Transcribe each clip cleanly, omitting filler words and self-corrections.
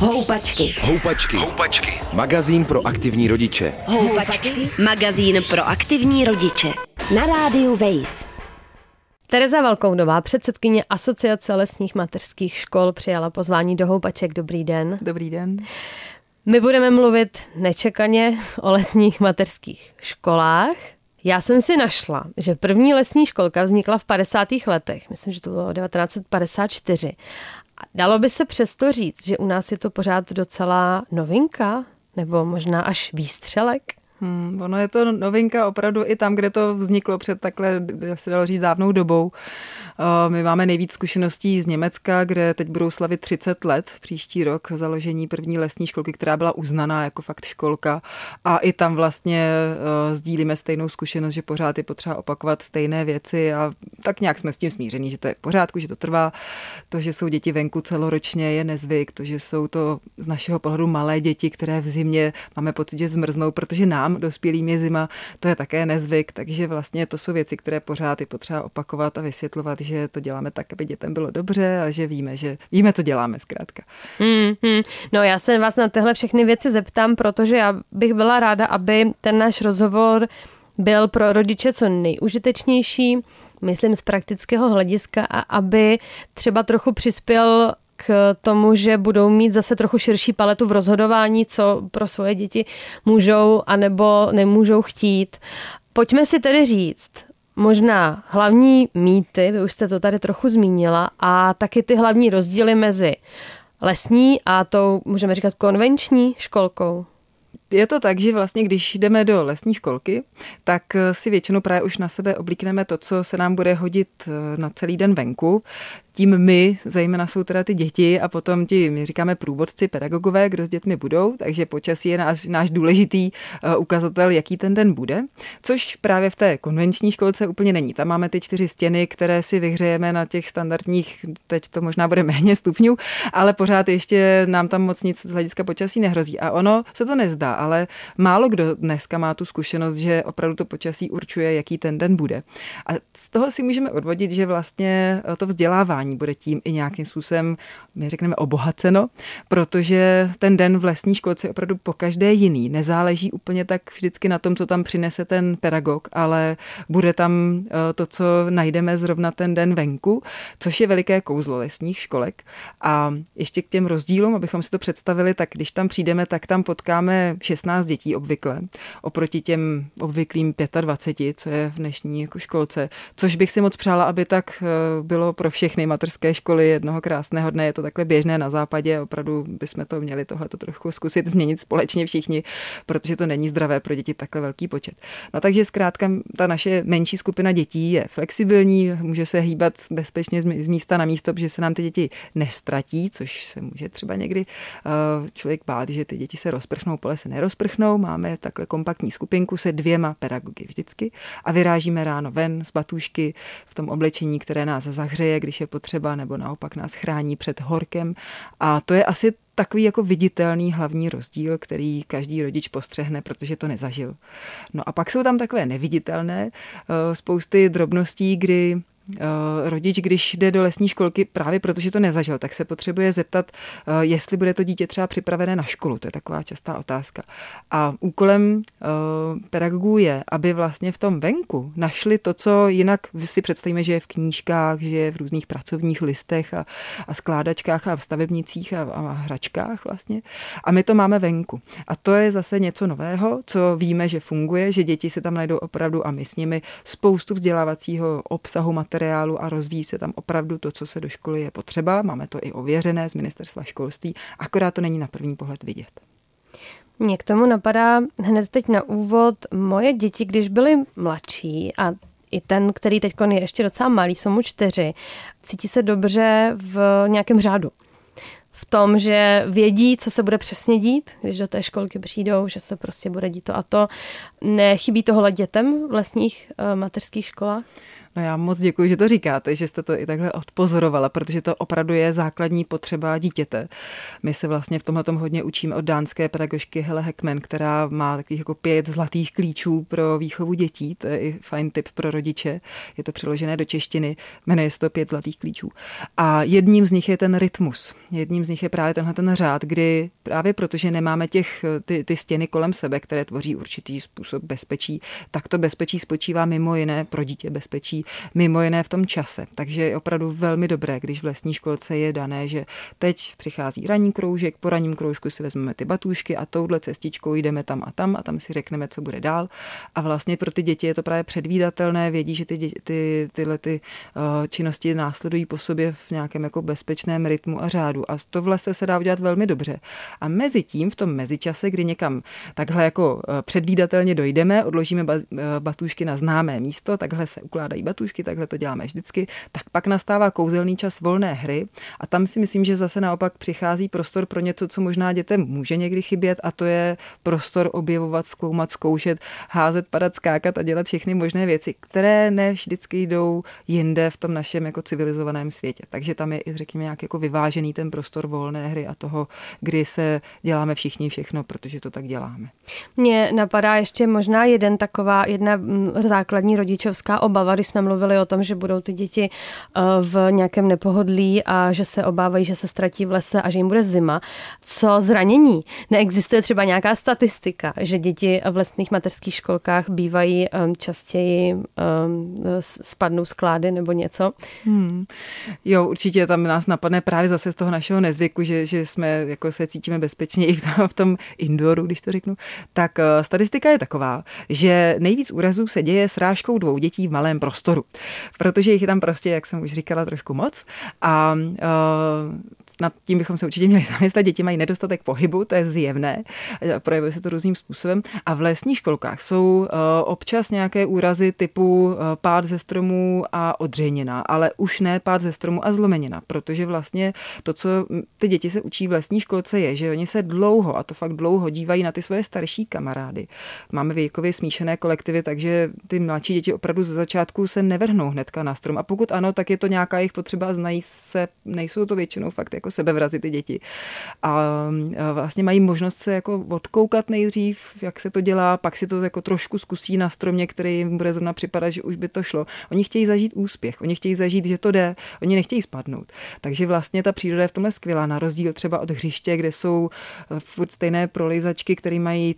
Houpačky. Magazín pro aktivní rodiče. Houpačky. Magazín pro aktivní rodiče. Na rádiu Wave. Tereza Valkounová, předsedkyně Asociace lesních mateřských škol, přijala pozvání do Houpaček. Dobrý den. Dobrý den. My budeme mluvit nečekaně o lesních mateřských školách. Já jsem si našla, že první lesní školka vznikla v 50. letech. Myslím, že to bylo 1954. A dalo by se přesto říct, že u nás je to pořád docela novinka, nebo možná až výstřelek? Ono je to novinka opravdu i tam, kde to vzniklo před takhle, se dalo říct, dávnou dobou. My máme nejvíc zkušeností z Německa, kde teď budou slavit 30 let příští rok založení první lesní školky, která byla uznaná jako fakt školka. A i tam vlastně sdílíme stejnou zkušenost, že pořád je potřeba opakovat stejné věci a tak nějak jsme s tím smíření, že to je v pořádku, že to trvá. To, že jsou děti venku celoročně, je nezvyk. To, že jsou to z našeho pohledu malé děti, které v zimě máme pocit, že zmrznou, protože nám, dospělým, je zima, to je také nezvyk. Takže vlastně to jsou věci, které pořád je potřeba opakovat a vysvětlovat, že to děláme tak, aby dětem bylo dobře a že víme, co děláme zkrátka. No já se vás na tyhle všechny věci zeptám, protože já bych byla ráda, aby ten náš rozhovor byl pro rodiče co nejužitečnější, myslím z praktického hlediska, a aby třeba trochu přispěl k tomu, že budou mít zase trochu širší paletu v rozhodování, co pro svoje děti můžou anebo nemůžou chtít. Pojďme si tedy říct možná hlavní mýty, vy už jste to tady trochu zmínila, a taky ty hlavní rozdíly mezi lesní a tou, můžeme říkat, konvenční školkou. Je to tak, že vlastně, když jdeme do lesní školky, tak si většinou právě už na sebe oblíkneme to, co se nám bude hodit na celý den venku. Tím my, zejména jsou teda ty děti a potom my říkáme průvodci, pedagogové, kdo s dětmi budou, takže počasí je náš důležitý ukazatel, jaký ten den bude, což právě v té konvenční školce úplně není. Tam máme ty 4 stěny, které si vyhřejeme na těch standardních, teď to možná bude méně stupňů, ale pořád ještě nám tam moc nic z hlediska počasí nehrozí. A ono se to nezdá, ale málo kdo dneska má tu zkušenost, že opravdu to počasí určuje, jaký ten den bude. A z toho si můžeme odvodit, že vlastně to vzdělávání bude tím i nějakým způsobem, my řekneme, obohaceno, protože ten den v lesní školce je opravdu pokaždé jiný. Nezáleží úplně tak vždycky na tom, co tam přinese ten pedagog, ale bude tam to, co najdeme zrovna ten den venku, což je veliké kouzlo lesních školek. A ještě k těm rozdílům, abychom si to představili, tak když tam přijdeme, tak tam potkáme 16 dětí obvykle, oproti těm obvyklým 25, co je v dnešní jako školce, což bych si moc přála, aby tak bylo pro všechny mateřské školy jednoho krásného dne. Je to takhle běžné na západě, opravdu bychom to měli tohleto trochu zkusit změnit společně všichni, protože to není zdravé pro děti takhle velký počet. No takže zkrátka ta naše menší skupina dětí je flexibilní, může se hýbat bezpečně z místa na místo, protože se nám ty děti nestratí, což se může třeba někdy člověk bát, že ty děti se rozprchnou, pole se nerozprchnou. Máme takhle kompaktní skupinku se 2 pedagogy vždycky a vyrážíme ráno ven z batůžky v tom oblečení, které nás zahřeje, když je potřeba, nebo naopak nás chrání před horkem. A to je asi takový jako viditelný hlavní rozdíl, který každý rodič postřehne, protože to nezažil. No a pak jsou tam takové neviditelné spousty drobností, kdy rodič, když jde do lesní školky, právě protože to nezažil, tak se potřebuje zeptat, jestli bude to dítě třeba připravené na školu. To je taková častá otázka. A úkolem pedagogů je, aby vlastně v tom venku našli to, co jinak si představíme, že je v knížkách, že je v různých pracovních listech a skládačkách a stavebnicích a hračkách vlastně. A my to máme venku. A to je zase něco nového, co víme, že funguje, že děti se tam najdou opravdu a my s nimi spoustu vzdělávacího obsahu, materiálu a rozvíjí se tam opravdu to, co se do školy je potřeba. Máme to i ověřené z ministerstva školství, akorát to není na první pohled vidět. Mě k tomu napadá hned teď na úvod moje děti, když byly mladší, a i ten, který teď je ještě docela malý, jsou mu 4, cítí se dobře v nějakém řádu. V tom, že vědí, co se bude přesně dít, když do té školky přijdou, že se prostě bude dít to a to. Nechybí tohle dětem v lesních mateřských školách? No já moc děkuji, že to říkáte, že jste to i takhle odpozorovala, protože to opravdu je základní potřeba dítěte. My se vlastně v tomhletom hodně učíme od dánské pedagožky Helle Heckman, která má takových jako 5 zlatých klíčů pro výchovu dětí. To je i fajn tip pro rodiče. Je to přeložené do češtiny. Jmenuje se to 5 zlatých klíčů. A jedním z nich je ten rytmus. Jedním z nich je právě tenhle ten řád, kdy právě protože nemáme ty stěny kolem sebe, které tvoří určitý způsob bezpečí, tak to bezpečí spočívá mimo jiné pro dítě bezpečí, mimo jiné v tom čase. Takže je opravdu velmi dobré, když v lesní školce je dané, že teď přichází ranní kroužek, po ranním kroužku si vezmeme ty batůžky a touhle cestičkou jdeme tam a tam si řekneme, co bude dál. A vlastně pro ty děti je to právě předvídatelné, vědí, že tyhle činnosti následují po sobě v nějakém jako bezpečném rytmu a řádu. A to v lese se dá udělat velmi dobře. A mezi tím, v tom mezičase, kdy někam takhle jako předvídatelně dojdeme, odložíme batůžky na známé místo, takhle se ukládají batůžky, takhle to děláme vždycky, tak pak nastává kouzelný čas volné hry a tam si myslím, že zase naopak přichází prostor pro něco, co možná dětem může někdy chybět, a to je prostor objevovat, zkoumat, zkoušet, házet, padat, skákat a dělat všechny možné věci, které ne vždycky jdou jinde v tom našem jako civilizovaném světě. Takže tam je i řekněme nějak jako vyvážený ten prostor volné hry a toho, kdy se děláme všichni všechno, protože to tak děláme. Mně napadá ještě možná jedna základní rodičovská obava, když jsme mluvili o tom, že budou ty děti v nějakém nepohodlí a že se obávají, že se ztratí v lese a že jim bude zima. Co zranění? Neexistuje třeba nějaká statistika, že děti v lesních mateřských školkách bývají častěji spadnou z klády nebo něco? Jo, určitě tam nás napadne právě zase z toho našeho nezvyku, že jsme jako se cítíme bezpečně i v tom indooru, když to řeknu. Tak statistika je taková, že nejvíc úrazů se děje srážkou 2 dětí v malém prostoru, protože jich je tam prostě, jak jsem už říkala, trošku moc a nad tím bychom se určitě měli zamyslet. Děti mají nedostatek pohybu, to je zjevné, projevuje se to různým způsobem a v lesních školkách jsou občas nějaké úrazy typu pád ze stromů a odřenina, ale už ne pád ze stromu a zlomenina, protože vlastně to, co ty děti se učí v lesní školce je, že oni se dlouho, a to fakt dlouho, dívají na ty svoje starší kamarády. Máme věkově smíšené kolektivy, takže ty mladší děti opravdu ze začátku se nevrhnou hnedka na strom a pokud ano, tak je to nějaká jejich potřeba, znají se, nejsou to většinou fakt jako sebevrazy ty děti. A vlastně mají možnost se jako odkoukat nejdřív, jak se to dělá, pak si to jako trošku zkusí na stromě, který jim bude zrovna připadat, že už by to šlo. Oni chtějí zažít úspěch, oni chtějí zažít, že to jde, oni nechtějí spadnout. Takže vlastně ta příroda je v tomhle skvělá, na rozdíl třeba od hřiště, kde jsou furt stejné prolizačky, které mají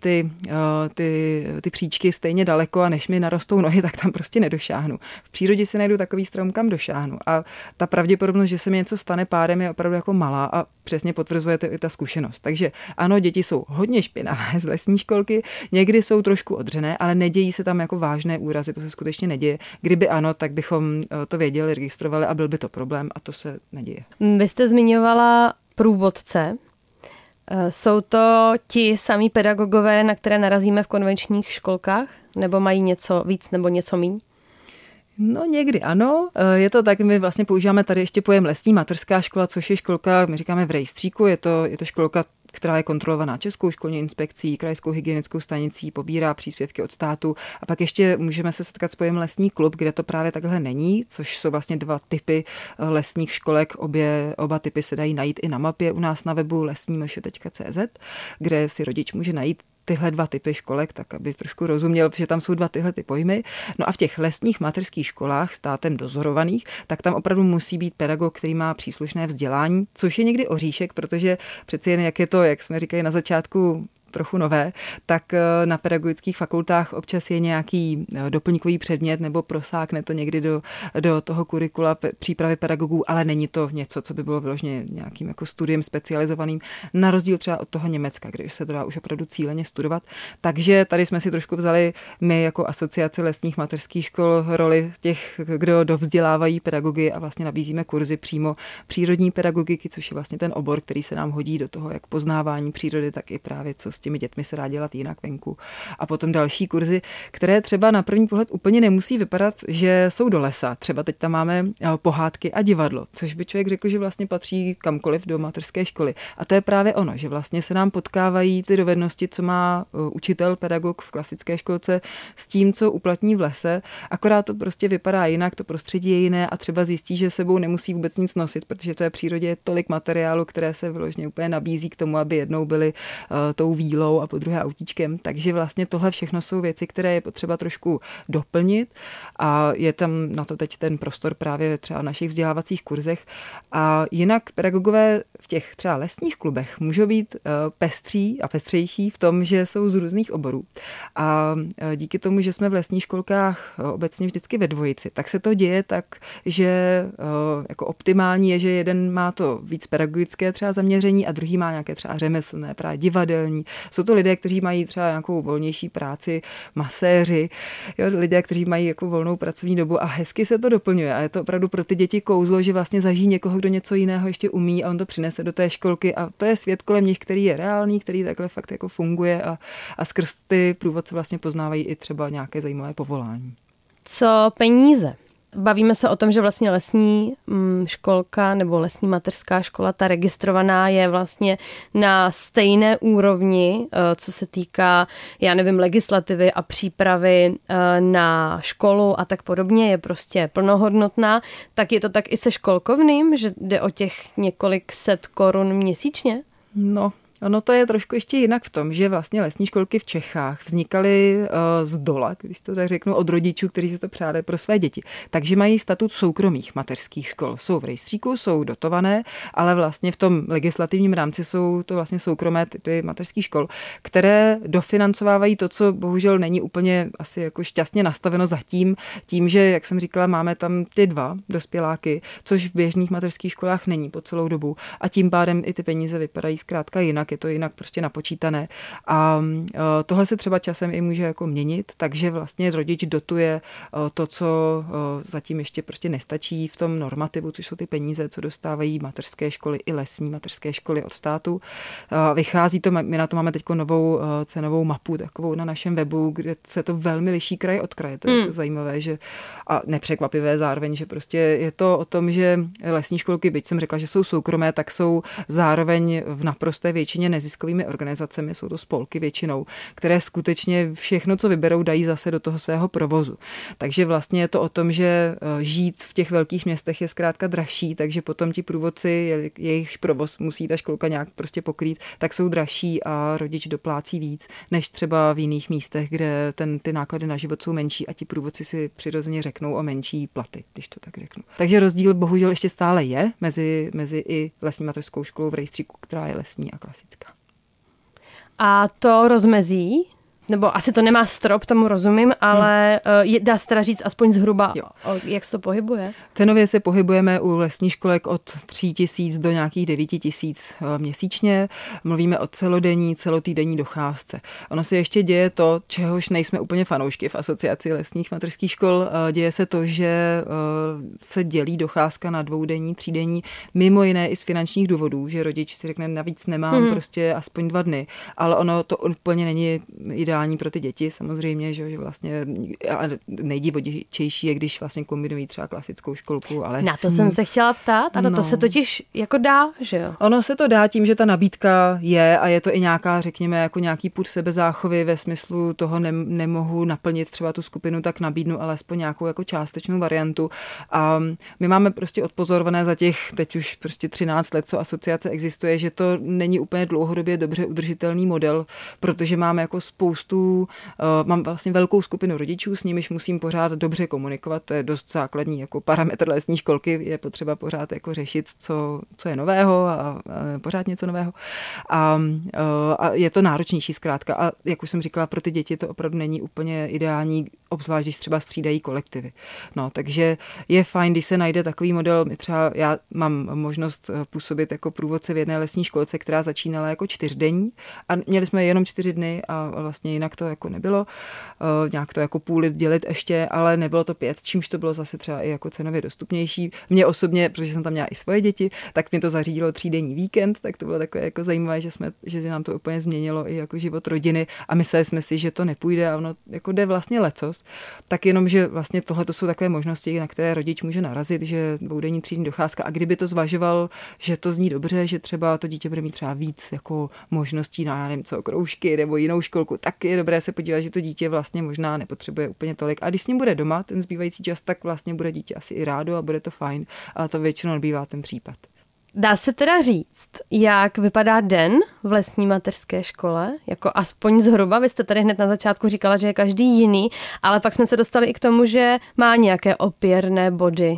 ty příčky stejně daleko a než mi narostou nohy, tak tam prostě nedošáhnu. V přírodě si najdu takový strom, kam došáhnu. A ta pravděpodobnost, že se mi něco stane pádem, je opravdu jako malá a přesně potvrzuje to i ta zkušenost. Takže ano, děti jsou hodně špinavé z lesní školky, někdy jsou trošku odřené, ale nedějí se tam jako vážné úrazy, to se skutečně neděje. Kdyby ano, tak bychom to věděli, registrovali a byl by to problém a to se neděje. Vy jste zmiňovala průvodce. Jsou to ti samí pedagogové, na které narazíme v konvenčních školkách? Nebo mají něco víc nebo něco míň? No někdy ano, je to tak, my vlastně používáme tady ještě pojem lesní mateřská škola, což je školka, my říkáme v rejstříku, je to školka, která je kontrolovaná Českou školní inspekcí, krajskou hygienickou stanicí, pobírá příspěvky od státu a pak ještě můžeme se setkat s pojemem lesní klub, kde to právě takhle není, což jsou vlastně 2 typy lesních školek, oba typy se dají najít i na mapě u nás na webu lesnimš.cz, kde si rodič může najít tyhle 2 typy školek, tak aby trošku rozuměl, že tam jsou 2 tyhle ty pojmy. No a v těch lesních mateřských školách, státem dozorovaných, tak tam opravdu musí být pedagog, který má příslušné vzdělání, což je někdy oříšek, protože přeci jen jak je to, jak jsme říkali na začátku, trochu nové, tak na pedagogických fakultách občas je nějaký doplňkový předmět nebo prosákne to někdy do toho kurikula přípravy pedagogů, ale není to něco, co by bylo vyloženě nějakým jako studiem specializovaným, na rozdíl třeba od toho Německa, kde se to dá už opravdu cíleně studovat. Takže tady jsme si trošku vzali my jako asociace lesních mateřských škol roli těch, kdo dovzdělávají pedagogy a vlastně nabízíme kurzy přímo přírodní pedagogiky, což je vlastně ten obor, který se nám hodí do toho jak poznávání přírody, tak i právě co s těmi dětmi se dá dělat jinak venku. A potom další kurzy, které třeba na první pohled úplně nemusí vypadat, že jsou do lesa. Třeba teď tam máme pohádky a divadlo, což by člověk řekl, že vlastně patří kamkoliv do mateřské školy. A to je právě ono, že vlastně se nám potkávají ty dovednosti, co má učitel, pedagog v klasické školce s tím, co uplatní v lese, akorát to prostě vypadá jinak, to prostředí je jiné a třeba zjistí, že sebou nemusí vůbec nic nosit, protože v té přírodě je tolik materiálu, které se vyloženě úplně nabízí k tomu, aby jednou byly tou vílou a po druhé autíčkem. Takže vlastně tohle všechno jsou věci, které je potřeba trošku doplnit a je tam na to teď ten prostor právě třeba v našich vzdělávacích kurzech. A jinak pedagogové v těch třeba lesních klubech můžou být pestří a pestřejší v tom, že jsou z různých oborů. A díky tomu, že jsme v lesních školkách obecně vždycky ve dvojici, tak se to děje tak, že jako optimální je, že jeden má to víc pedagogické třeba zaměření a druhý má nějaké třeba řemeslné, právě divadelní. Jsou to lidé, kteří mají třeba nějakou volnější práci, maséři, jo, lidé, kteří mají jako volnou pracovní dobu a hezky se to doplňuje. A je to opravdu pro ty děti kouzlo, že vlastně zažijí někoho, kdo něco jiného ještě umí a on to přinese do té školky a to je svět kolem nich, který je reálný, který takhle fakt jako funguje a skrz ty průvodce vlastně poznávají i třeba nějaké zajímavé povolání. Co peníze? Bavíme se o tom, že vlastně lesní školka nebo lesní mateřská škola, ta registrovaná je vlastně na stejné úrovni, co se týká, já nevím, legislativy a přípravy na školu a tak podobně, je prostě plnohodnotná. Tak je to tak i se školkovným, že jde o těch několik set korun měsíčně? No, ono to je trošku ještě jinak v tom, že vlastně lesní školky v Čechách vznikaly z dola, když to tak řeknu, od rodičů, kteří se to přáli pro své děti. Takže mají statut soukromých mateřských škol. Jsou v rejstříku, jsou dotované, ale vlastně v tom legislativním rámci jsou to vlastně soukromé typy mateřských škol, které dofinancovávají to, co bohužel není úplně asi jako šťastně nastaveno zatím, tím, že, jak jsem říkala, máme tam ty 2 dospěláky, což v běžných mateřských školách není po celou dobu a tím pádem i ty peníze vypadají zkrátka jinak. Je to jinak prostě napočítané. A tohle se třeba časem i může jako měnit, takže vlastně rodič dotuje to, co zatím ještě prostě nestačí v tom normativu, což jsou ty peníze, co dostávají mateřské školy i lesní mateřské školy od státu. Vychází to, my na to máme teď novou cenovou mapu takovou na našem webu, kde se to velmi liší kraj od kraje. To je jako zajímavé, že a nepřekvapivé zároveň, že prostě je to o tom, že lesní školky, byť jsem řekla, že jsou soukromé, tak jsou zároveň v naprosté většině neziskovými organizacemi, jsou to spolky většinou, které skutečně všechno, co vyberou, dají zase do toho svého provozu. Takže vlastně je to o tom, že žít v těch velkých městech je zkrátka dražší, takže potom ti průvodci, jejich provoz musí ta školka nějak prostě pokrýt, tak jsou dražší a rodič doplácí víc, než třeba v jiných místech, kde ty náklady na život jsou menší a ti průvodci si přirozeně řeknou o menší platy, když to tak řeknu. Takže rozdíl bohužel ještě stále je mezi i lesní mateřskou školou v rejstříku, která je lesní a klasická. A to rozmezí, nebo asi to nemá strop, tomu rozumím, ale dá se teda říct aspoň zhruba, jak se to pohybuje? Cenově se pohybujeme u lesních školek od 3 000 do nějakých 9 000 měsíčně. Mluvíme o celodenní, celotýdenní docházce. Ono se ještě děje to, čehož nejsme úplně fanoušky v Asociaci lesních mateřských škol. Děje se to, že se dělí docházka na 2denní, 3denní, mimo jiné i z finančních důvodů, že rodič si řekne, navíc nemám prostě aspoň 2 dny, ale ono to úplně není ideální pro ty děti samozřejmě, že vlastně nejdivodičejší je, když vlastně kombinují třeba klasickou školku, ale na to jsem se chtěla ptát, ano, to se totiž jako dá, že jo? Ono se to dá tím, že ta nabídka je a je to i nějaká, řekněme, jako nějaký pud sebezáchovy ve smyslu toho nemohu naplnit třeba tu skupinu, tak nabídnu alespoň nějakou jako částečnou variantu. A my máme prostě odpozorované za těch teď už prostě 13 let, co asociace existuje, že to není úplně dlouhodobě dobře udržitelný model, protože máme jako mám vlastně velkou skupinu rodičů, s nimiž musím pořád dobře komunikovat, to je dost základní jako parametr lesní školky, je potřeba pořád jako řešit, co je nového a pořád něco nového. A je to náročnější zkrátka a jak už jsem říkala, pro ty děti to opravdu není úplně ideální, obzvlášť když třeba střídají kolektivy. No, takže je fajn, když se najde takový model, já mám možnost působit jako průvodce v jedné lesní školce, která začínala jako 4denní a měli jsme jenom 4 dny a vlastně jinak to jako nebylo. Nějak to jako půl dělit ještě, ale nebylo to 5, čímž to bylo zase třeba i jako cenově dostupnější. Mně osobně, protože jsem tam měla i svoje děti, tak mě to zařídilo 3denní víkend, tak to bylo takové jako zajímavé, že nám to úplně změnilo i jako život rodiny a mysleli jsme si, že to nepůjde a ono jako jde vlastně lecos. Tak jenom, že vlastně tohle to jsou takové možnosti, na které rodič může narazit, že 2denní 3denní docházka a kdyby to zvažoval, že to zní dobře, že třeba to dítě bude mít třeba víc jako možností na, já nevím co, kroužky nebo jinou školku, tak je dobré se podívat, že to dítě vlastně možná nepotřebuje úplně tolik. A když s ním bude doma ten zbývající čas, tak vlastně bude dítě asi i rádo a bude to fajn, ale to většinou nebývá ten případ. Dá se teda říct, jak vypadá den v lesní mateřské škole? Jako aspoň zhruba, vy jste tady hned na začátku říkala, že je každý jiný, ale pak jsme se dostali i k tomu, že má nějaké opěrné body.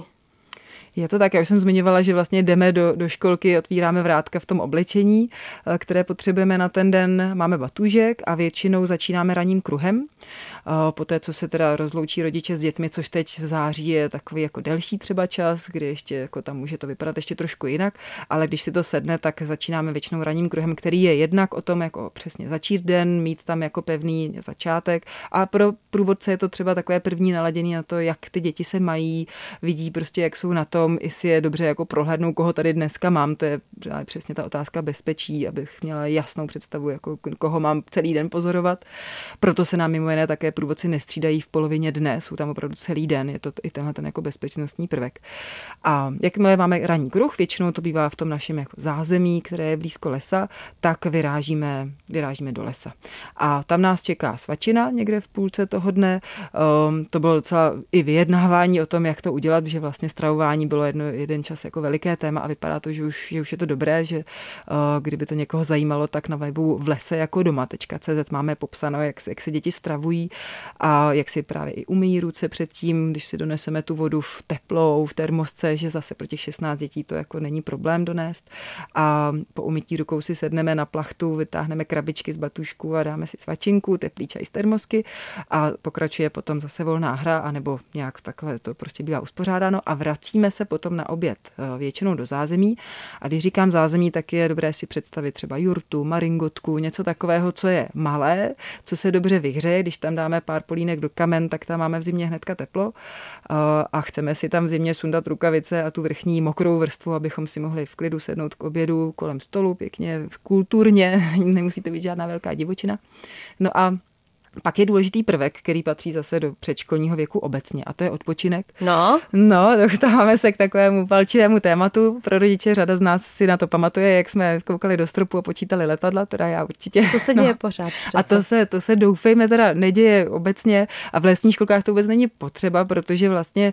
Je to tak, já už jsem zmiňovala, že vlastně jdeme do školky, otvíráme vrátka v tom oblečení, které potřebujeme na ten den, máme batůžek a většinou začínáme ranním kruhem. Poté, co se teda rozloučí rodiče s dětmi, což teď v září je takový jako delší třeba čas, kdy ještě jako tam může to vypadat ještě trošku jinak, ale když si to sedne, tak začínáme většinou ranním kruhem, který je jednak o tom, jako přesně začít den, mít tam jako pevný začátek a pro průvodce je to třeba takové první naladění na to, jak ty děti se mají, vidí prostě, jak jsou na tom, jestli je dobře jako prohlédnout, koho tady dneska mám, to je přesně ta otázka bezpečí, abych měla jasnou představu, jako koho mám celý den pozorovat. Proto se nám mimo jiné také průvodci nestřídají v polovině dne, jsou tam opravdu celý den, je to i tenhle ten jako bezpečnostní prvek. A jakmile máme ranní kruh, většinou to bývá v tom našem jako zázemí, které je blízko lesa, tak vyrážíme do lesa. A tam nás čeká svačina někde v půlce toho dne. To bylo docela i vyjednávání o tom, jak to udělat, že vlastně stravování bylo jeden čas jako veliké téma a vypadá to, že už je to dobré, že kdyby to někoho zajímalo, tak na webu v lese jako doma.cz máme popsáno, jak se děti stravují a jak si právě i umyjí ruce předtím, když si doneseme tu vodu v teplou, v termosce, že zase pro těch 16 dětí to jako není problém donést. A po umytí rukou si sedneme na plachtu, vytáhneme krabičky z batušku a dáme si svačinku, teplý čaj z termosky a pokračuje potom zase volná hra, anebo nějak takhle to prostě bývá uspořádáno a vracíme se potom na oběd většinou do zázemí. A když říkám zázemí, tak je dobré si představit třeba jurtu, maringotku, něco takového, co je malé, co se dobře vyhřeje. Když tam dáme pár polínek do kamen, tak tam máme v zimě hnedka teplo a chceme si tam v zimě sundat rukavice a tu vrchní mokrou vrstvu, abychom si mohli v klidu sednout k obědu kolem stolu, pěkně kulturně, nemusí to být žádná velká divočina. No a pak je důležitý prvek, který patří zase do předškolního věku obecně, a to je odpočinek. No, Dostáváme se k takovému palčivému tématu. Pro rodiče řada z nás si na to pamatuje, jak jsme koukali do stropu a počítali letadla, teda já určitě. To se děje pořád. A to se doufejme teda neděje obecně a v lesních školkách to vůbec není potřeba, protože vlastně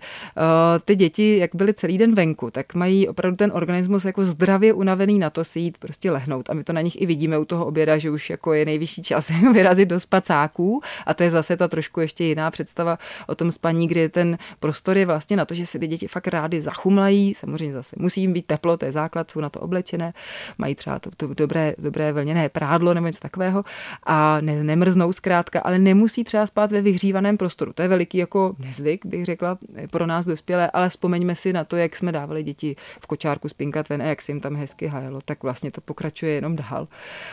ty děti, jak byly celý den venku, tak mají opravdu ten organismus jako zdravě unavený na to si jít prostě lehnout. A my to na nich i vidíme u toho oběda, že už jako je nejvyšší čas vyrazit do spacáků. A to je zase ta trošku ještě jiná představa o tom spaní, kdy ten prostor je vlastně na to, že si ty děti fakt rády zachumlají. Samozřejmě zase musí jim být teplo, to je základ, jsou na to oblečené, mají třeba to dobré vlněné prádlo nebo něco takového a nemrznou zkrátka, ale nemusí třeba spát ve vyhřívaném prostoru. To je veliký jako nezvyk, bych řekla, pro nás dospělé, ale vzpomeňme si na to, jak jsme dávali děti v kočárku spinkat ven a jak si jim tam hezky hajelo, tak vlastně to pokračuje jenom dál.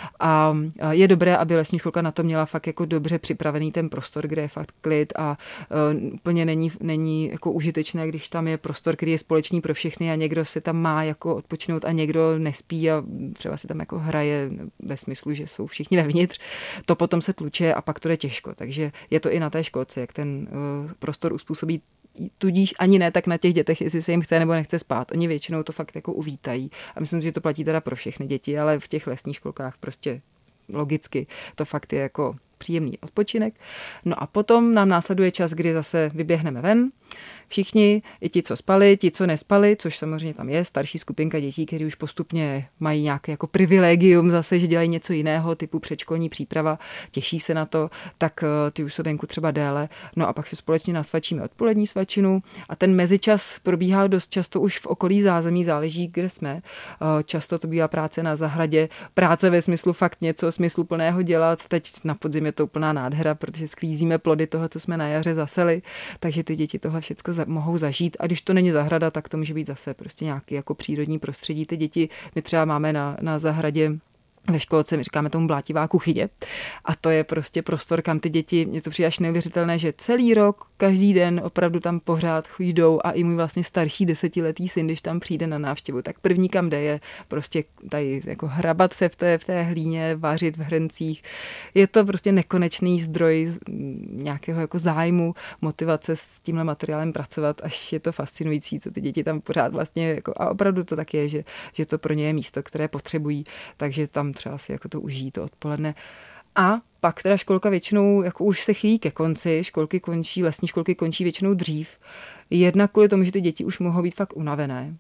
A je dobré, aby lesní školka na to měla fakt jako dobře připravený ten prostor, kde je fakt klid a úplně není jako užitečné, když tam je prostor, který je společný pro všechny a někdo se tam má jako odpočinout a někdo nespí a třeba si tam jako hraje ve smyslu, že jsou všichni vevnitř. To potom se tluče a pak to jde těžko. Takže je to i na té školce, jak ten prostor uspůsobí, tudíž ani ne tak na těch dětech, jestli se jim chce nebo nechce spát. Oni většinou to fakt jako uvítají. A myslím, že to platí teda pro všechny děti, ale v těch lesních školkách prostě logicky to fakt je jako příjemný odpočinek. No a potom nám následuje čas, kdy zase vyběhneme ven. Všichni, i ti, co spali, ti, co nespali, což samozřejmě tam je starší skupinka dětí, kteří už postupně mají nějaké jako privilegium zase, že dělají něco jiného, typu předškolní příprava, těší se na to, tak ty už jsou venku třeba déle. No a pak si společně nasvačíme odpolední svačinu a ten mezičas probíhá dost často už v okolí zázemí, záleží, kde jsme. Často to bývá práce na zahradě, práce ve smyslu fakt něco smysluplného dělat. Teď na podzim je to úplná nádhera, protože sklízíme plody toho, co jsme na jaře zaseli, takže ty děti tohle všechno mohou zažít. A když to není zahrada, tak to může být zase prostě nějaký jako přírodní prostředí. Ty děti, my třeba máme na zahradě Ve školce my říkáme tomu blátivá kuchyně a to je prostě prostor, kam ty děti, mě to přijde až neuvěřitelné, že celý rok, každý den opravdu tam pořád jdou a i můj vlastně starší 10letý syn, když tam přijde na návštěvu, tak první kam jde je prostě tady jako hrabat se v té hlíně, vařit v hrncích. Je to prostě nekonečný zdroj nějakého jako zájmu, motivace s tímhle materiálem pracovat, až je to fascinující, co ty děti tam pořád vlastně jako, a opravdu to tak je, že to pro ně je místo, které potřebují, takže tam třeba si jako to užijí to odpoledne. A pak teda školka většinou jako už se chýlí ke konci, lesní školky končí většinou dřív. Jednak kvůli tomu, že ty děti už mohou být fakt unavené.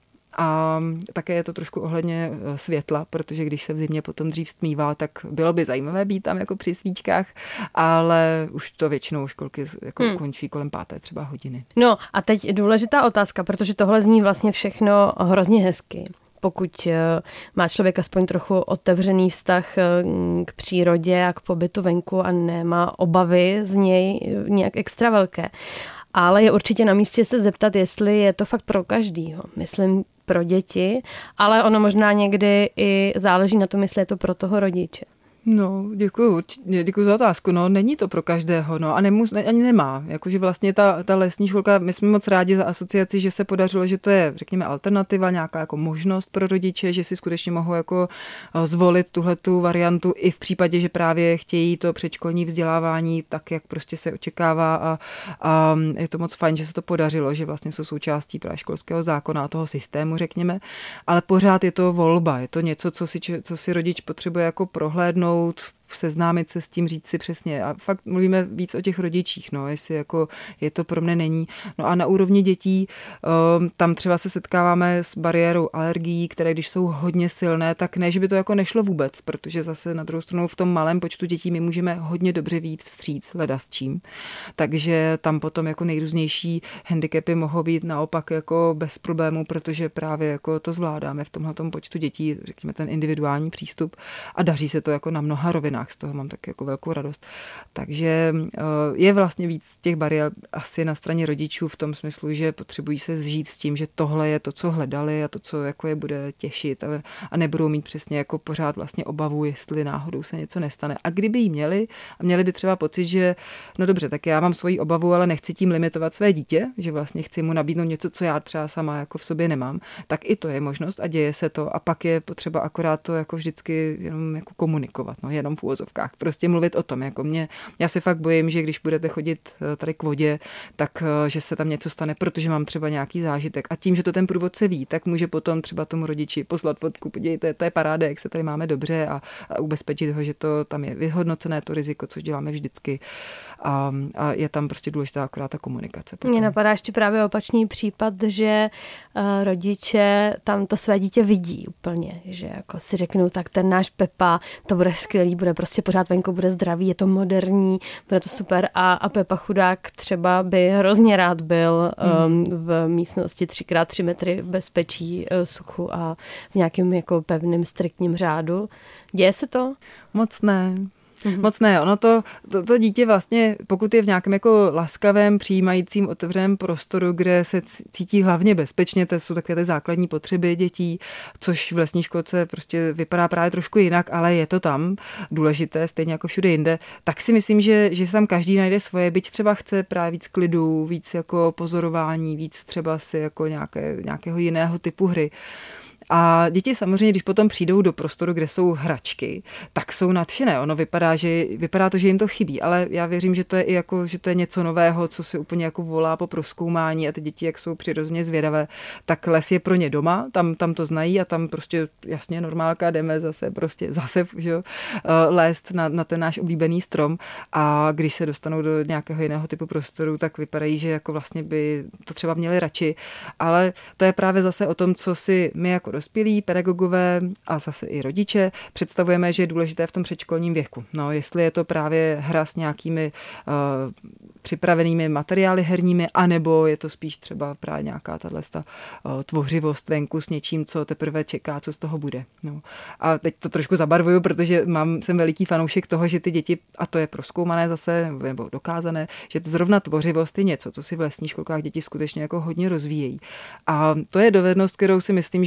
A také je to trošku ohledně světla, protože když se v zimě potom dřív stmívá, tak bylo by zajímavé být tam jako při svíčkách, ale už to většinou školky jako končí kolem 5. třeba hodiny. No a teď důležitá otázka, protože tohle zní vlastně všechno hrozně hezky. Pokud má člověk aspoň trochu otevřený vztah k přírodě a k pobytu venku a nemá obavy z něj nějak extra velké. Ale je určitě na místě se zeptat, jestli je to fakt pro každýho. Myslím pro děti, ale ono možná někdy i záleží na tom, jestli je to pro toho rodiče. No, děkuju za otázku. No, není to pro každého, no, a ani nemá. Jakože vlastně ta lesní školka, my jsme moc rádi za asociaci, že se podařilo, že to je, řekněme, alternativa, nějaká jako možnost pro rodiče, že si skutečně mohou jako zvolit tuhletu variantu i v případě, že právě chtějí to předškolní vzdělávání tak, jak prostě se očekává a je to moc fajn, že se to podařilo, že vlastně jsou součástí právě školského zákona a toho systému, řekněme, ale pořád je to volba, je to něco, co si rodič potřebuje jako prohlédnout, seznámit se s tím, říct si přesně. A fakt mluvíme víc o těch rodičích, no, jestli jako je to pro mě není. No a na úrovni dětí, tam třeba se setkáváme s bariérou alergií, které když jsou hodně silné, tak ne, že by to jako nešlo vůbec, protože zase na druhou stranu v tom malém počtu dětí my můžeme hodně dobře vyjít vstříc, leda s čím. Takže tam potom jako nejrůznější handicapy mohou být naopak jako bez problémů, protože právě jako to zvládáme v tomhletom počtu dětí, řekněme ten individuální přístup a daří se to jako na mnoha rovinách. Z toho mám tak jako velkou radost. Takže je vlastně víc těch bariér asi na straně rodičů v tom smyslu, že potřebují se zžít s tím, že tohle je to, co hledali a to, co jako je bude těšit a nebudou mít přesně jako pořád vlastně obavu, jestli náhodou se něco nestane. A kdyby jí měli a měli by třeba pocit, že no dobře, tak já mám svoji obavu, ale nechci tím limitovat své dítě, že vlastně chci mu nabídnout něco, co já třeba sama jako v sobě nemám, tak i to je možnost a děje se to a pak je potřeba akorát to jako vždycky jenom jako komunikovat, no jenom v úvozovkách, prostě mluvit o tom, jako já se fakt bojím, že když budete chodit tady k vodě, tak že se tam něco stane, protože mám třeba nějaký zážitek a tím, že to ten průvodce ví, tak může potom třeba tomu rodiči poslat fotku, podívejte, to je paráda, jak se tady máme dobře a ubezpečit ho, že to tam je vyhodnocené to riziko, což děláme vždycky a je tam prostě důležitá akorát ta komunikace. Mně napadá ještě právě opačný případ, že rodiče tam to své dítě vidí úplně, že jako si řeknou, tak ten náš Pepa, to bude skvělý, bude prostě pořád venku, bude zdravý, je to moderní, bude to super a Pepa chudák třeba by hrozně rád byl v místnosti 3x3 metry v bezpečí, suchu a v nějakém jako pevném striktním řádu. Děje se to? Moc ne. Moc ne, ono to dítě vlastně, pokud je v nějakém jako laskavém, přijímajícím, otevřeném prostoru, kde se cítí hlavně bezpečně, to jsou takové ty základní potřeby dětí, což v lesní školce prostě vypadá právě trošku jinak, ale je to tam důležité, stejně jako všude jinde, tak si myslím, že se tam každý najde svoje, byť třeba chce právě víc klidu, víc jako pozorování, víc třeba si jako nějakého jiného typu hry. A děti samozřejmě, když potom přijdou do prostoru, kde jsou hračky, tak jsou nadšené. Ono vypadá to, že jim to chybí, ale já věřím, že to je i jako, že to je něco nového, co se úplně jako volá po prozkoumání a ty děti, jak jsou přirozeně zvědavé, tak les je pro ně doma, tam to znají a tam prostě jasně normálka jdeme zase že jo, lézt na ten náš oblíbený strom a když se dostanou do nějakého jiného typu prostoru, tak vypadají, že jako vlastně by to třeba měli radši, ale to je právě zase o tom, co si my jako dospělí, pedagogové a zase i rodiče představujeme, že je důležité v tom předškolním věku. No, jestli je to právě hra s nějakými připravenými materiály herními, anebo je to spíš třeba právě nějaká tato tvořivost venku s něčím, co teprve čeká, co z toho bude. No. A teď to trošku zabarvuju, protože jsem veliký fanoušek toho, že ty děti, a to je prozkoumané zase, nebo dokázané, že zrovna tvořivost je něco, co si v lesních školkách děti skutečně jako hodně rozvíjejí. A to je dovednost, kterou si myslím, že budou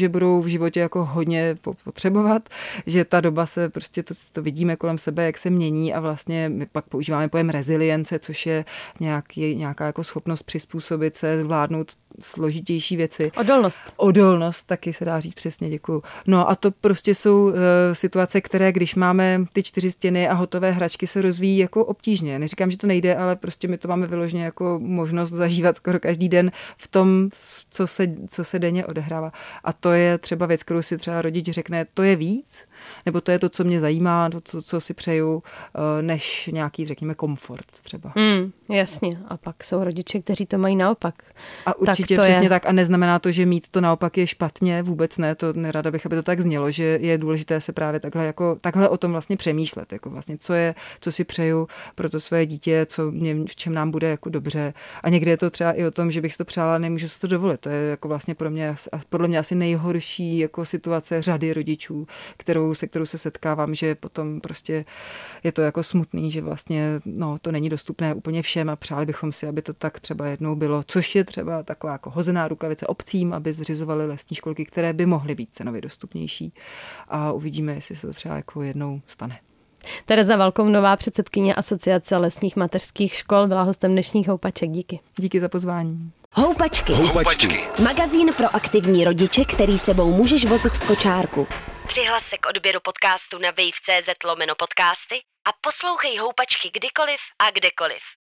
v životě jako hodně potřebovat, že ta doba se prostě, to vidíme kolem sebe, jak se mění a vlastně my pak používáme pojem rezilience, což je nějaká jako schopnost přizpůsobit se, zvládnout složitější věci. Odolnost, taky se dá říct, přesně, děkuju. No a to prostě jsou situace, které, když máme ty 4 stěny a hotové hračky, se rozvíjí jako obtížně. Neříkám, že to nejde, ale prostě my to máme vyloženě jako možnost zažívat skoro každý den v tom, co se denně odehrává. A to je třeba věc, kterou si třeba rodič řekne, to je víc, nebo to je to, co mě zajímá, to, co si přeju, než nějaký, řekněme, komfort třeba. Jasně. A pak jsou rodiče, kteří to mají naopak. A určitě přesně tak. A neznamená to, že mít to naopak je špatně, vůbec ne. To nerada bych, aby to tak znělo, že je důležité se právě takhle o tom vlastně přemýšlet. Jako vlastně, co si přeju pro to svoje dítě, v čem nám bude jako dobře. A někdy je to třeba i o tom, že bych si to přála, nemůžu si to dovolit. To je jako vlastně podle mě asi nejhorší jako situace řady rodičů, se kterou se setkávám, že potom prostě je to jako smutný, že vlastně to není dostupné úplně všem a přáli bychom si, aby to tak třeba jednou bylo, což je třeba taková jako hozená rukavice obcím, aby zřizovaly lesní školky, které by mohly být cenově dostupnější a uvidíme, jestli se to třeba jako jednou stane. Tereza Valkoumnová, předsedkyně Asociace lesních mateřských škol, byla hostem dnešních Houpaček. Díky. Díky za pozvání. Houpačky. Magazín pro aktivní rodiče, který sebou můžeš vozit v kočárku. Přihlas se k odběru podcastu na wave.cz/podcasty a poslouchej Houpačky kdykoliv a kdekoliv.